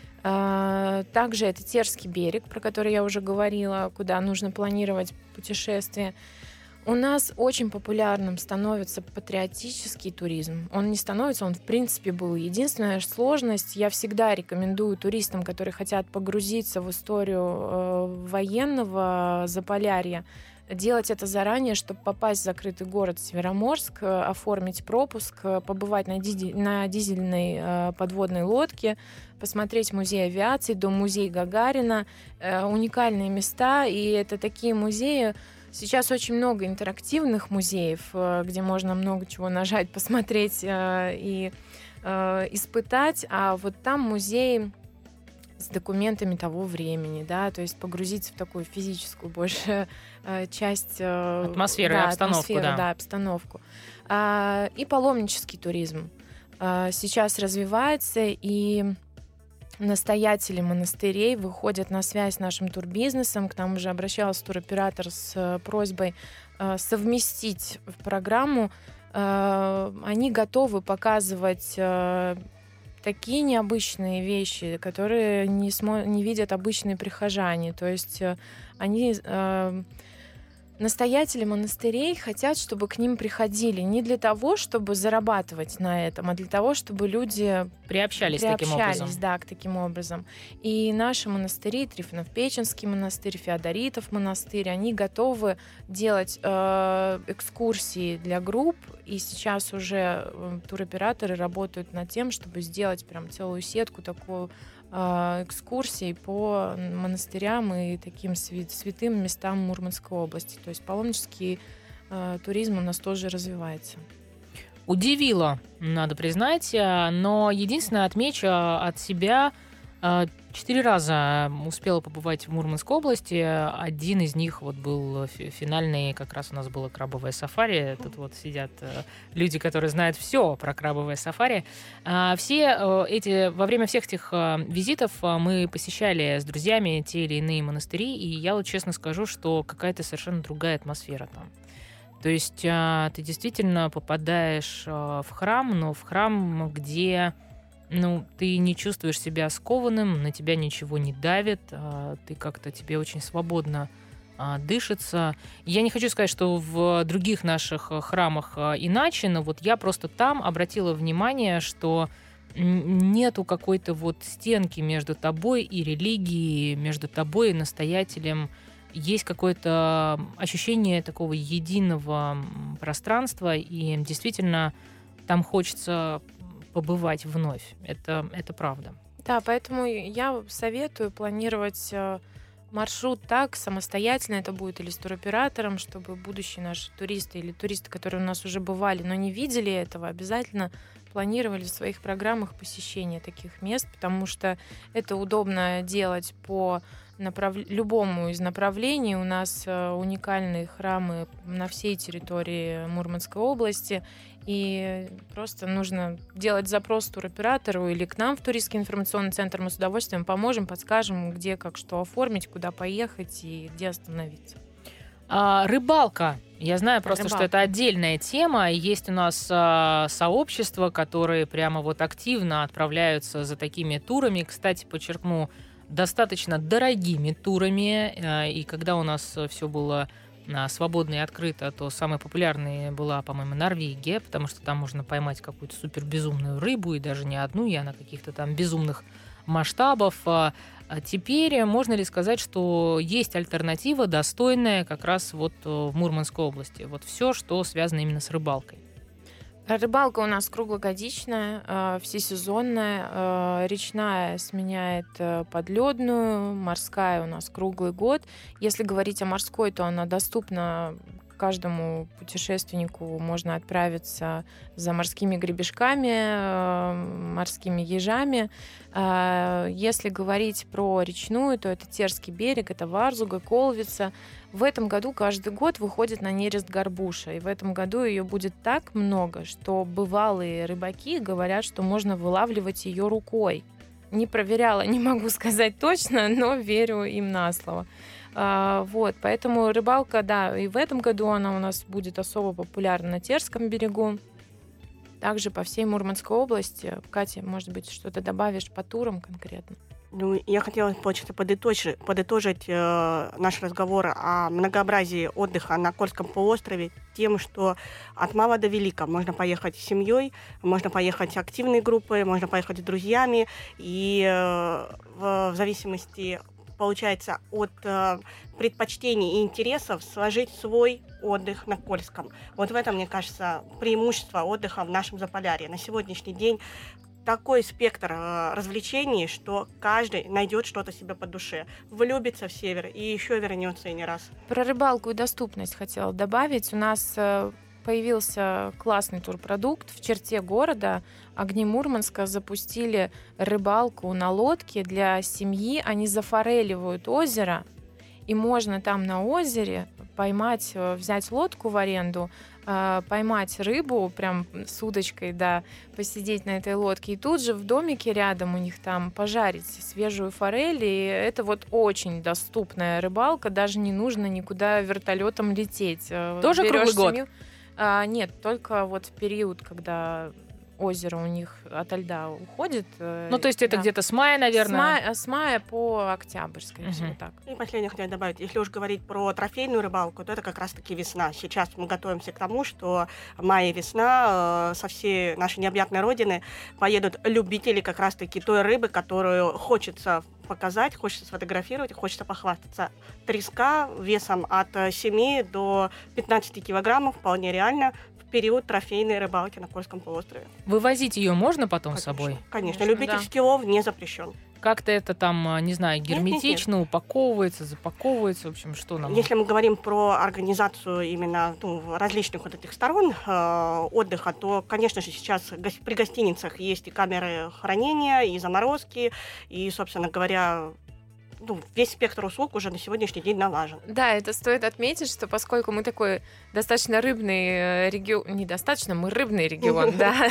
Э, также это Терский берег, про который я уже говорила, куда нужно планировать путешествие. У нас очень популярным становится патриотический туризм. Он не становится, он в принципе был. Единственная сложность, я всегда рекомендую туристам, которые хотят погрузиться в историю э, военного Заполярья, делать это заранее, чтобы попасть в закрытый город Североморск, э, оформить пропуск, э, побывать на, дизи- на дизельной э, подводной лодке, посмотреть музей авиации, дом-музей Гагарина. Э, уникальные места, и это такие музеи. Сейчас очень много интерактивных музеев, где можно много чего нажать, посмотреть э, и э, испытать, а вот там музей с документами того времени, да, то есть погрузиться в такую физическую больше э, часть... Э, атмосферу да, и обстановку, атмосферу, да. да, обстановку. А, и паломнический туризм а, сейчас развивается, и настоятели монастырей выходят на связь с нашим турбизнесом. К нам уже обращался туроператор с э, просьбой э, совместить в программу. Э, они готовы показывать э, такие необычные вещи, которые не, смо- не видят обычные прихожане. То есть э, они... Э, Настоятели монастырей хотят, чтобы к ним приходили не для того, чтобы зарабатывать на этом, а для того, чтобы люди Приобщались, таким приобщались, образом. да, к таким образом. И наши монастыри, Трифонов-Печенский монастырь, Феодоритов монастырь, они готовы делать э, экскурсии для групп, и сейчас уже э, туроператоры работают над тем, чтобы сделать прям целую сетку такую экскурсий по монастырям и таким святым местам Мурманской области. То есть паломнический э, туризм у нас тоже развивается. Удивило, надо признать, но единственное, отмечу от себя, четыре раза успела побывать в Мурманской области. Один из них вот был финальный, как раз у нас было крабовое сафари. Тут вот сидят люди, которые знают все про крабовое сафари. Все эти, во время всех этих визитов мы посещали с друзьями те или иные монастыри, и я вот честно скажу, что какая-то совершенно другая атмосфера там. То есть ты действительно попадаешь в храм, но в храм, где ну, ты не чувствуешь себя скованным, на тебя ничего не давит, ты как-то, тебе очень свободно дышится. Я не хочу сказать, что в других наших храмах иначе, но вот я просто там обратила внимание, что нету какой-то вот стенки между тобой и религией, между тобой и настоятелем. Есть какое-то ощущение такого единого пространства, и действительно там хочется побывать вновь. Это, это правда. Да, поэтому я советую планировать маршрут так, самостоятельно это будет или с туроператором, чтобы будущие наши туристы или туристы, которые у нас уже бывали, но не видели этого, обязательно планировали в своих программах посещение таких мест, потому что это удобно делать по направ... любому из направлений. У нас уникальные храмы на всей территории Мурманской области, и просто нужно делать запрос туроператору или к нам в туристский информационный центр. Мы с удовольствием поможем, подскажем, где, как, что оформить, куда поехать и где остановиться. А, рыбалка. Я знаю просто, Рыбалка. что это отдельная тема. Есть у нас а, сообщества, которые прямо вот активно отправляются за такими турами. Кстати, подчеркну, достаточно дорогими турами. А, и когда у нас все было а, свободно и открыто, то самой популярной была, по-моему, Норвегия, потому что там можно поймать какую-то супербезумную рыбу, и даже не одну, и она каких-то там безумных масштабов. А теперь можно ли сказать, что есть альтернатива, достойная как раз вот в Мурманской области? Вот все, что связано именно с рыбалкой. Рыбалка у нас круглогодичная, всесезонная. Речная сменяет подледную, морская у нас круглый год. Если говорить о морской, то она доступна каждому путешественнику можно отправиться за морскими гребешками, морскими ежами. Если говорить про речную, то это Терский берег, это Варзуга, Колвица. В этом году каждый год выходит на нерест горбуша, и в этом году ее будет так много, что бывалые рыбаки говорят, что можно вылавливать ее рукой. Не проверяла, не могу сказать точно, но верю им на слово. А, вот, поэтому рыбалка, да, и в этом году она у нас будет особо популярна на Терском берегу. Также по всей Мурманской области. Катя, может быть, что-то добавишь по турам конкретно? Ну, я хотела, получается, подытожить, подытожить э, наш разговор о многообразии отдыха на Кольском полуострове тем, что от мала до велика можно поехать с семьей, можно поехать активной группой, можно поехать с друзьями, и э, в, в зависимости, получается, от э, предпочтений и интересов сложить свой отдых на Кольском. Вот в этом, мне кажется, преимущество отдыха в нашем Заполярье. На сегодняшний день такой спектр э, развлечений, что каждый найдет что-то себе по душе, влюбится в север и еще вернется и не раз. Про рыбалку и доступность хотела добавить. У нас э, появился классный турпродукт в черте города. Огни Мурманска запустили рыбалку на лодке для семьи. Они зафореливают озеро, и можно там на озере поймать, взять лодку в аренду, поймать рыбу прям с удочкой, да, посидеть на этой лодке, и тут же в домике рядом у них там пожарить свежую форель, и это вот очень доступная рыбалка, даже не нужно никуда вертолетом лететь. Тоже Берёшь круглый семью... год? А, нет, только вот в период, когда озеро у них ото льда уходит. Ну, то есть это да. где-то с мая, наверное? С мая, с мая по октябрь, скорее Мгм. всего, так. И последнее хотела добавить, если уж говорить про трофейную рыбалку, то это как раз-таки весна. Сейчас мы готовимся к тому, что май и весна э, со всей нашей необъятной родины поедут любители как раз-таки той рыбы, которую хочется показать, хочется сфотографировать, хочется похвастаться. Треска весом от семи до пятнадцати килограммов вполне реально в период трофейной рыбалки на Кольском полуострове. Вывозить ее можно потом Конечно, с собой? Конечно, Конечно, любительский лов не запрещен. Как-то это там, а, не знаю, нет, нет. герметично упаковывается, запаковывается, в общем, что нам? Если мы говорим про организацию именно ну, различных вот этих сторон э, отдыха, то, конечно же, сейчас гос- при гостиницах есть и камеры хранения, и заморозки, и, собственно говоря, ну, весь спектр услуг уже на сегодняшний день налажен. Да, это стоит отметить, что поскольку мы такой достаточно рыбный регион, недостаточно, мы рыбный регион, да,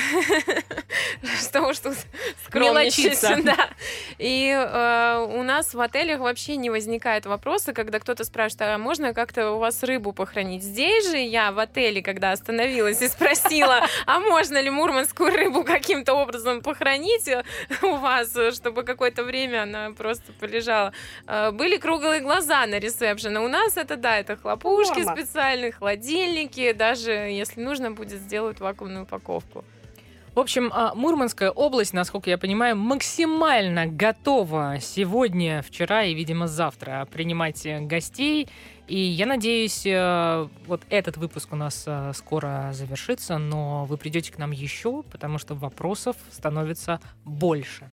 что уж тут скромничать, да. И у нас в отелях вообще не возникает вопроса, когда кто-то спрашивает, а можно как-то у вас рыбу похоронить? Здесь же я в отеле, когда остановилась и спросила, а можно ли мурманскую рыбу каким-то образом похоронить у вас, чтобы какое-то время она просто полежала. Были круглые глаза на ресепшене. У нас это, да, это хлопушки Норма. специальные, холодильники. Даже если нужно будет, сделать вакуумную упаковку. В общем, а, Мурманская область, насколько я понимаю, максимально готова сегодня, вчера и, видимо, завтра принимать э, гостей. И я надеюсь, э, вот этот выпуск у нас э, скоро завершится, но вы придете к нам еще, потому что вопросов становится больше.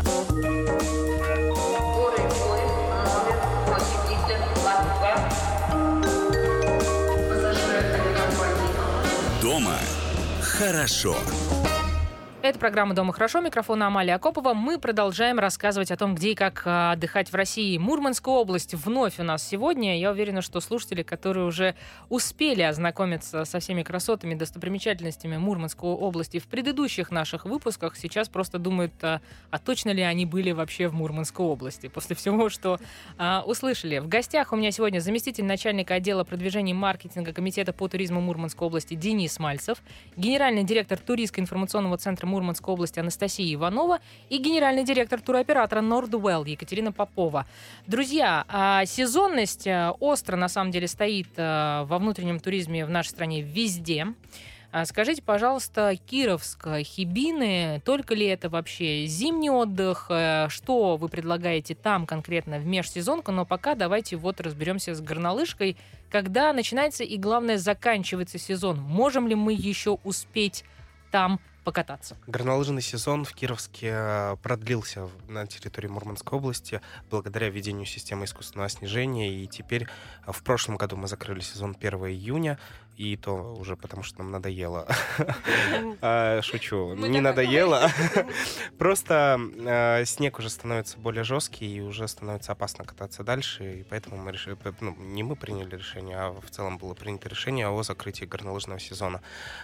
Дома хорошо. Это программа «Дома хорошо». Микрофон Амалия Акопова. Мы продолжаем рассказывать о том, где и как а, отдыхать в России. Мурманская область вновь у нас сегодня. Я уверена, что слушатели, которые уже успели ознакомиться со всеми красотами, достопримечательностями Мурманской области в предыдущих наших выпусках, сейчас просто думают, а, а точно ли они были вообще в Мурманской области после всего, что а, услышали. В гостях у меня сегодня заместитель начальника отдела продвижения и маркетинга Комитета по туризму Мурманской области Денис Мальцев, генеральный директор туристско-информационного центра Мурманской области Анастасия Иванова и генеральный директор туроператора Nordwell Екатерина Попова. Друзья, а, сезонность а, остро на самом деле стоит а, во внутреннем туризме в нашей стране везде. А, Скажите, пожалуйста, Кировск, Хибины, только ли это вообще зимний отдых? Э, Что вы предлагаете там конкретно в межсезонку? Но пока давайте вот разберемся с горнолыжкой. Когда начинается и, главное, заканчивается сезон? Можем ли мы еще успеть там покататься. Горнолыжный сезон в Кировске продлился на территории Мурманской области благодаря введению системы искусственного снижения. И теперь в прошлом году мы закрыли сезон первого июня, и то уже потому, что нам надоело. Шучу, не надоело. Просто снег уже становится более жесткий, и уже становится опасно кататься дальше. И поэтому мы решили, ну, не мы приняли решение, а в целом было принято решение о закрытии горнолыжного сезона.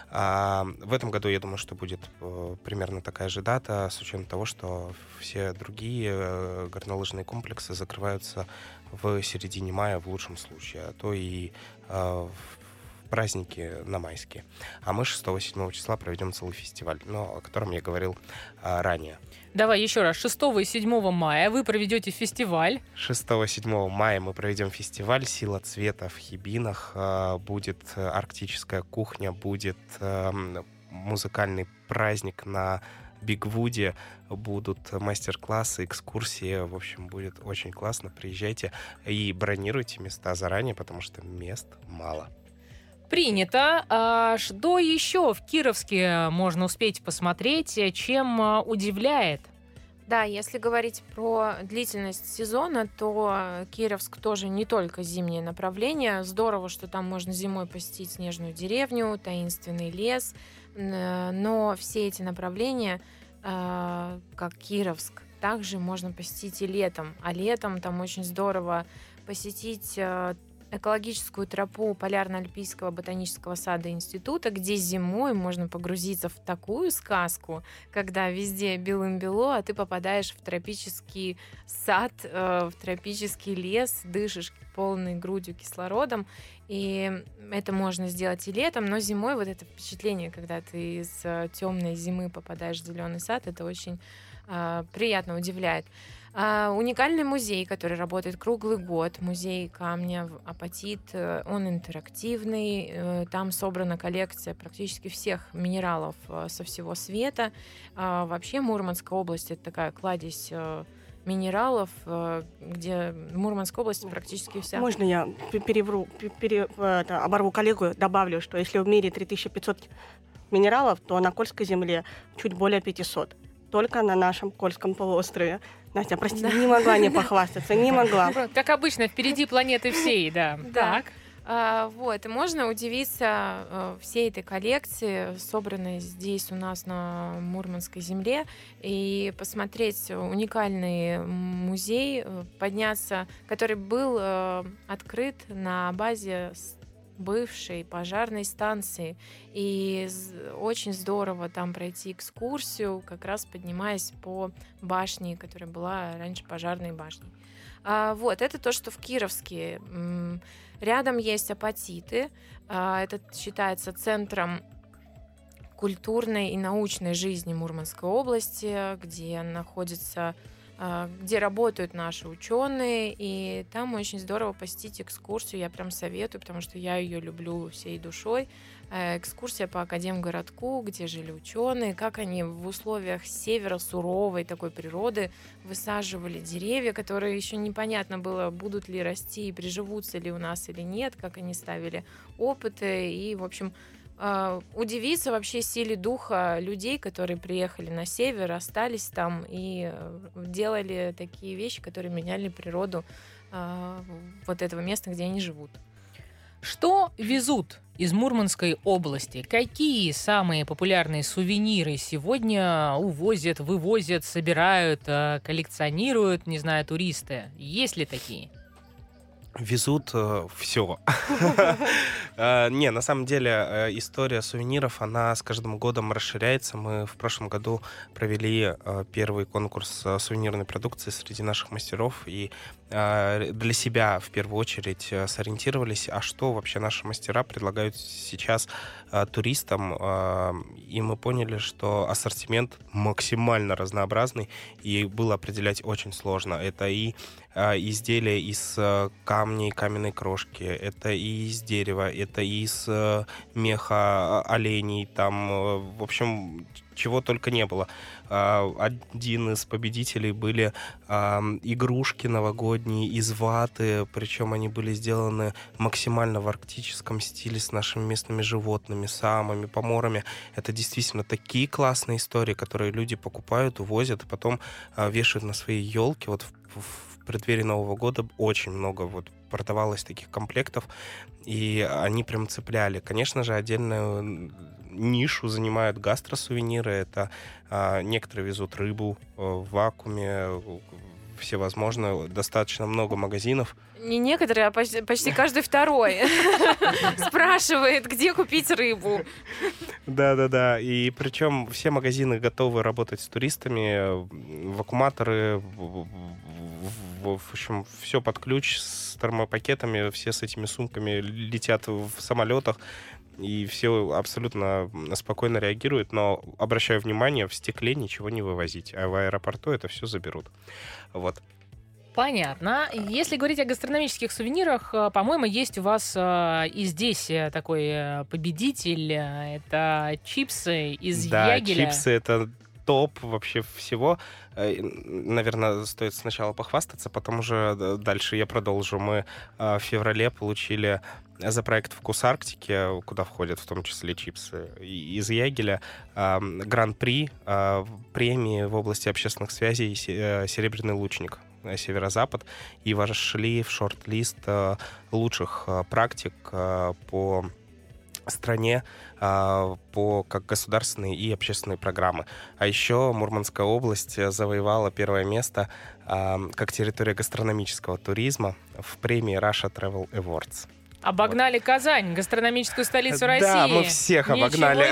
В этом году, я думаю, что будет примерно такая же дата, с учетом того, что все другие горнолыжные комплексы закрываются в середине мая в лучшем случае, а то и в праздники на майские. А мы шестого-седьмого числа проведем целый фестиваль, но о котором я говорил а, ранее. Давай еще раз. шестого и седьмого мая вы проведете фестиваль. шестого-седьмого мая мы проведем фестиваль «Сила цвета» в Хибинах. А, будет арктическая кухня, будет а, музыкальный праздник на Бигвуде, будут мастер-классы, экскурсии. В общем, будет очень классно. Приезжайте и бронируйте места заранее, потому что мест мало. Принято. А что еще в Кировске можно успеть посмотреть, чем удивляет? Да, если говорить про длительность сезона, то Кировск тоже не только зимнее направление. Здорово, что там можно зимой посетить снежную деревню, таинственный лес, но все эти направления, как Кировск, также можно посетить и летом. А летом там очень здорово посетить экологическую тропу Полярно-Альпийского ботанического сада института, где зимой можно погрузиться в такую сказку, когда везде белым-бело, а ты попадаешь в тропический сад, в тропический лес, дышишь полной грудью кислородом. И это можно сделать и летом, но зимой вот это впечатление, когда ты из темной зимы попадаешь в зеленый сад, это очень э, приятно удивляет. Uh, уникальный музей, который работает круглый год, музей камня апатит, он интерактивный, там собрана коллекция практически всех минералов со всего света. Uh, вообще Мурманская область — это такая кладезь uh, минералов, uh, где в Мурманской области практически вся... Можно я перевру, пере, это, оборву коллегу, добавлю, что если в мире три тысячи пятьсот минералов, то на Кольской земле чуть более пятьсот. Только на нашем Кольском полуострове. Настя, прости, да. не могла не похвастаться, не могла. Как обычно, впереди планеты всей, да. Да. Так. А, вот, и можно удивиться а, всей этой коллекции, собранной здесь у нас на Мурманской земле, и посмотреть уникальный музей, подняться, который был а, открыт на базе бывшей пожарной станции. И очень здорово там пройти экскурсию, как раз поднимаясь по башне, которая была раньше пожарной башней. А, вот, это то, что в Кировске. Рядом есть апатиты. А, это считается центром культурной и научной жизни Мурманской области, где находится где работают наши ученые, и там очень здорово посетить экскурсию, я прям советую, потому что я ее люблю всей душой. Экскурсия по Академгородку, где жили ученые, как они в условиях севера суровой такой природы высаживали деревья, которые еще непонятно было, будут ли расти и приживутся ли у нас или нет, как они ставили опыты, и, в общем, удивиться вообще силе духа людей, которые приехали на север, остались там и делали такие вещи, которые меняли природу вот этого места, где они живут. Что везут из Мурманской области? Какие самые популярные сувениры сегодня увозят, вывозят, собирают, коллекционируют, не знаю, туристы? Есть ли такие? Везут э, все. Не, на самом деле история сувениров, она с каждым годом расширяется. Мы в прошлом году провели первый конкурс сувенирной продукции среди наших мастеров и для себя в первую очередь сориентировались, а что вообще наши мастера предлагают сейчас туристам. И мы поняли, что ассортимент максимально разнообразный, и было определять очень сложно. Это и изделия из камней, каменной крошки, это и из дерева, это и из меха оленей, там, в общем, чего только не было. Один из победителей были игрушки новогодние из ваты, причем они были сделаны максимально в арктическом стиле с нашими местными животными, самами, поморами. Это действительно такие классные истории, которые люди покупают, увозят, и потом вешают на свои елки. Вот в, в преддверии Нового года очень много вот продавалось таких комплектов, и они прям цепляли. Конечно же, отдельную нишу занимают гастросувениры. Это а, некоторые везут рыбу а, в вакууме, всевозможно, достаточно много магазинов. Не некоторые, а почти, почти каждый второй спрашивает, где купить рыбу. Да-да-да, и причем все магазины готовы работать с туристами, вакууматоры, в общем, все под ключ с термопакетами, все с этими сумками летят в самолетах, и все абсолютно спокойно реагируют, но обращаю внимание, в стекле ничего не вывозить, а в аэропорту это все заберут. Вот. Понятно. Если говорить о гастрономических сувенирах, по-моему, есть у вас и здесь такой победитель. Это чипсы из да, Ягеля. Да, чипсы — это топ вообще всего. Наверное, стоит сначала похвастаться, потом уже дальше я продолжу. Мы в феврале получили за проект «Вкус Арктики», куда входят в том числе чипсы из Ягеля, гран-при премии в области общественных связей «Серебряный лучник» Северо-Запад, и вошли в шорт-лист лучших практик по стране по как государственные и общественные программы. А еще Мурманская область завоевала первое место как территория гастрономического туризма в премии Russia Travel Awards. Обогнали вот. Казань, гастрономическую столицу России. Да, мы всех обогнали.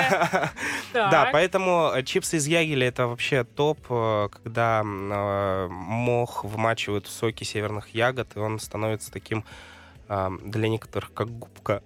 Да, Да, поэтому чипсы из Ягеля — это вообще топ, когда мох вмачивают в соки северных ягод, и он становится таким для некоторых как губка.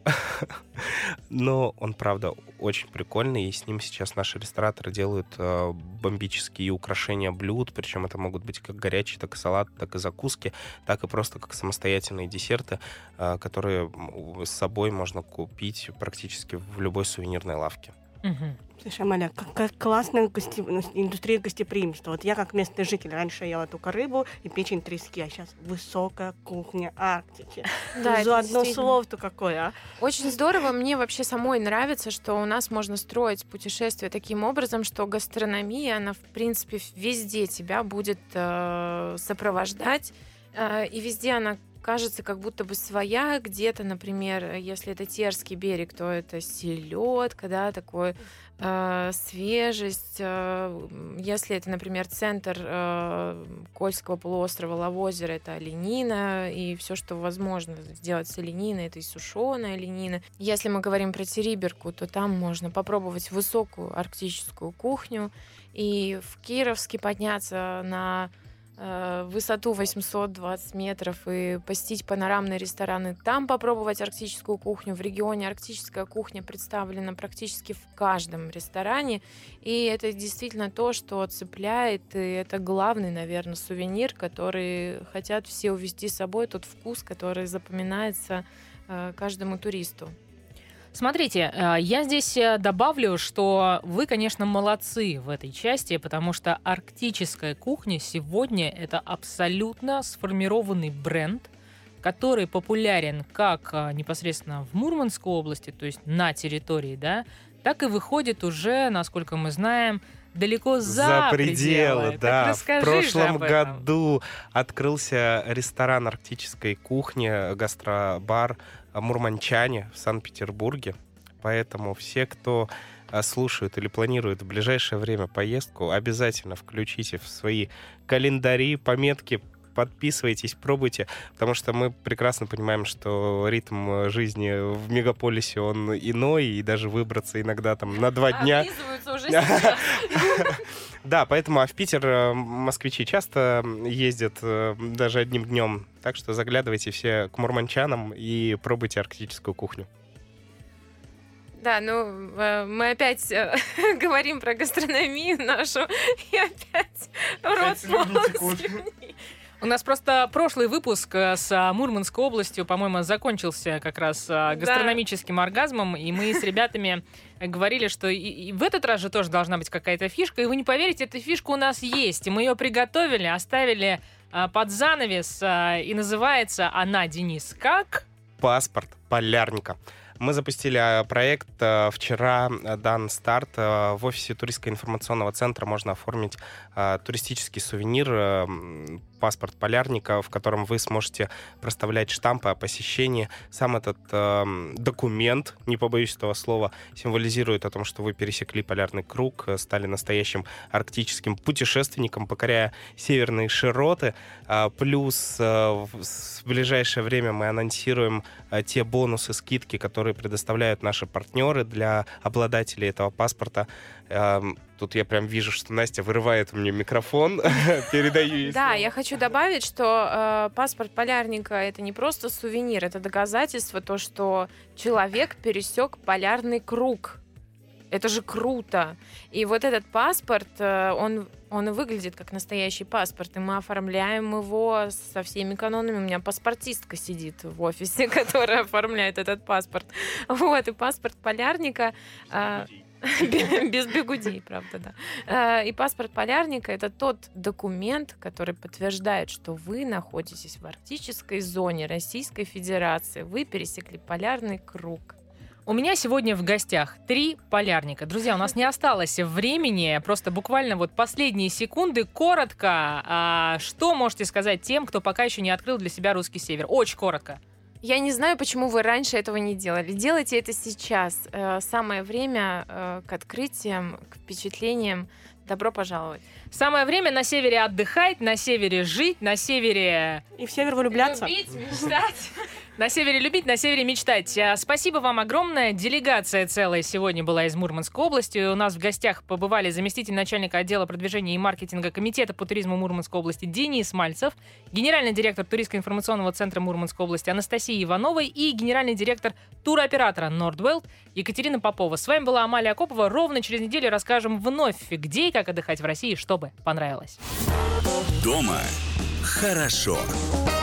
Но он, правда, очень прикольный, и с ним сейчас наши рестораторы делают бомбические украшения блюд, причем это могут быть как горячие, так и салаты, так и закуски, так и просто как самостоятельные десерты, которые с собой можно купить практически в любой сувенирной лавке. Угу. Слушай, Амаля, какая классная гости... индустрия гостеприимства. Вот я, как местный житель, раньше ела только рыбу и печень трески, а сейчас высокая кухня Арктики. Да, за одно слово-то какое, а? Очень здорово. Мне вообще самой нравится, что у нас можно строить путешествия таким образом, что гастрономия, она, в принципе, везде тебя будет э, сопровождать, э, и везде она кажется как будто бы своя. Где-то, например, если это Терский берег, то это селедка, да, такой э, свежесть. Э, если это, например, центр э, Кольского полуострова Лавозеро, это оленина и все, что возможно сделать с олениной, это и сушеная оленина. Если мы говорим про Териберку, то там можно попробовать высокую арктическую кухню и в Кировске подняться на высоту восемьсот двадцать метров и посетить панорамные рестораны, там попробовать арктическую кухню. В регионе арктическая кухня представлена практически в каждом ресторане, и это действительно то, что цепляет, и это главный, наверное, сувенир, который хотят все увезти с собой, тот вкус, который запоминается каждому туристу. Смотрите, я здесь добавлю, что вы, конечно, молодцы в этой части, потому что арктическая кухня сегодня — это абсолютно сформированный бренд, который популярен как непосредственно в Мурманской области, то есть на территории, да, так и выходит уже, насколько мы знаем, далеко за, за пределы. пределы. Да. В прошлом году открылся ресторан арктической кухни, гастробар «Мурманчане» в Санкт-Петербурге. Поэтому все, кто слушают или планируют в ближайшее время поездку, обязательно включите в свои календари, пометки, подписывайтесь, пробуйте, потому что мы прекрасно понимаем, что ритм жизни в мегаполисе, он иной, и даже выбраться иногда там на два дня. Описываются уже сейчас. Да, поэтому а в Питер москвичи часто ездят даже одним днем, так что заглядывайте все к мурманчанам и пробуйте арктическую кухню. Да, ну, мы опять говорим про гастрономию нашу, и опять рот У нас просто прошлый выпуск с Мурманской областью, по-моему, закончился как раз гастрономическим оргазмом, и мы с ребятами говорили, что и, и в этот раз же тоже должна быть какая-то фишка, и вы не поверите, эта фишка у нас есть, и мы ее приготовили, оставили а, под занавес, а, и называется она, Денис, как? Паспорт полярника. Мы запустили проект вчера, дан старт. В офисе туристско-информационного центра можно оформить туристический сувенир, паспорт полярника, в котором вы сможете проставлять штампы о посещении. Сам этот э, документ, не побоюсь этого слова, символизирует о том, что вы пересекли полярный круг, стали настоящим арктическим путешественником, покоряя северные широты. А, плюс э, в ближайшее время мы анонсируем э, те бонусы, скидки, которые предоставляют наши партнеры для обладателей этого паспорта. Э, Тут я прям вижу, что Настя вырывает у меня микрофон, передаю ей. Да, я хочу добавить, что э, паспорт полярника — это не просто сувенир, это доказательство то, что человек пересек полярный круг. Это же круто. И вот этот паспорт, э, он, он и выглядит как настоящий паспорт, и мы оформляем его со всеми канонами. У меня паспортистка сидит в офисе, которая оформляет этот паспорт. Вот, и паспорт полярника... Э, Без бигудей, правда, да. И паспорт полярника — это тот документ, который подтверждает, что вы находитесь в арктической зоне Российской Федерации. Вы пересекли полярный круг. У меня сегодня в гостях три полярника. Друзья, у нас не осталось времени, просто буквально вот последние секунды. Коротко, а, что можете сказать тем, кто пока еще не открыл для себя русский север? Очень коротко. Я не знаю, почему вы раньше этого не делали. Делайте это сейчас. Самое время к открытиям, к впечатлениям. Добро пожаловать. Самое время на севере отдыхать, на севере жить, на севере... И в север влюбляться. Любить, мечтать. На севере любить, на севере мечтать. Спасибо вам огромное. Делегация целая сегодня была из Мурманской области. У нас в гостях побывали заместитель начальника отдела продвижения и маркетинга Комитета по туризму Мурманской области Денис Мальцев, генеральный директор туристско-информационного центра Мурманской области Анастасия Иванова и генеральный директор туроператора Nordwelt Екатерина Попова. С вами была Амалия Акопова. Ровно через неделю расскажем вновь, где и как отдыхать в России, чтобы понравилось. Дома хорошо.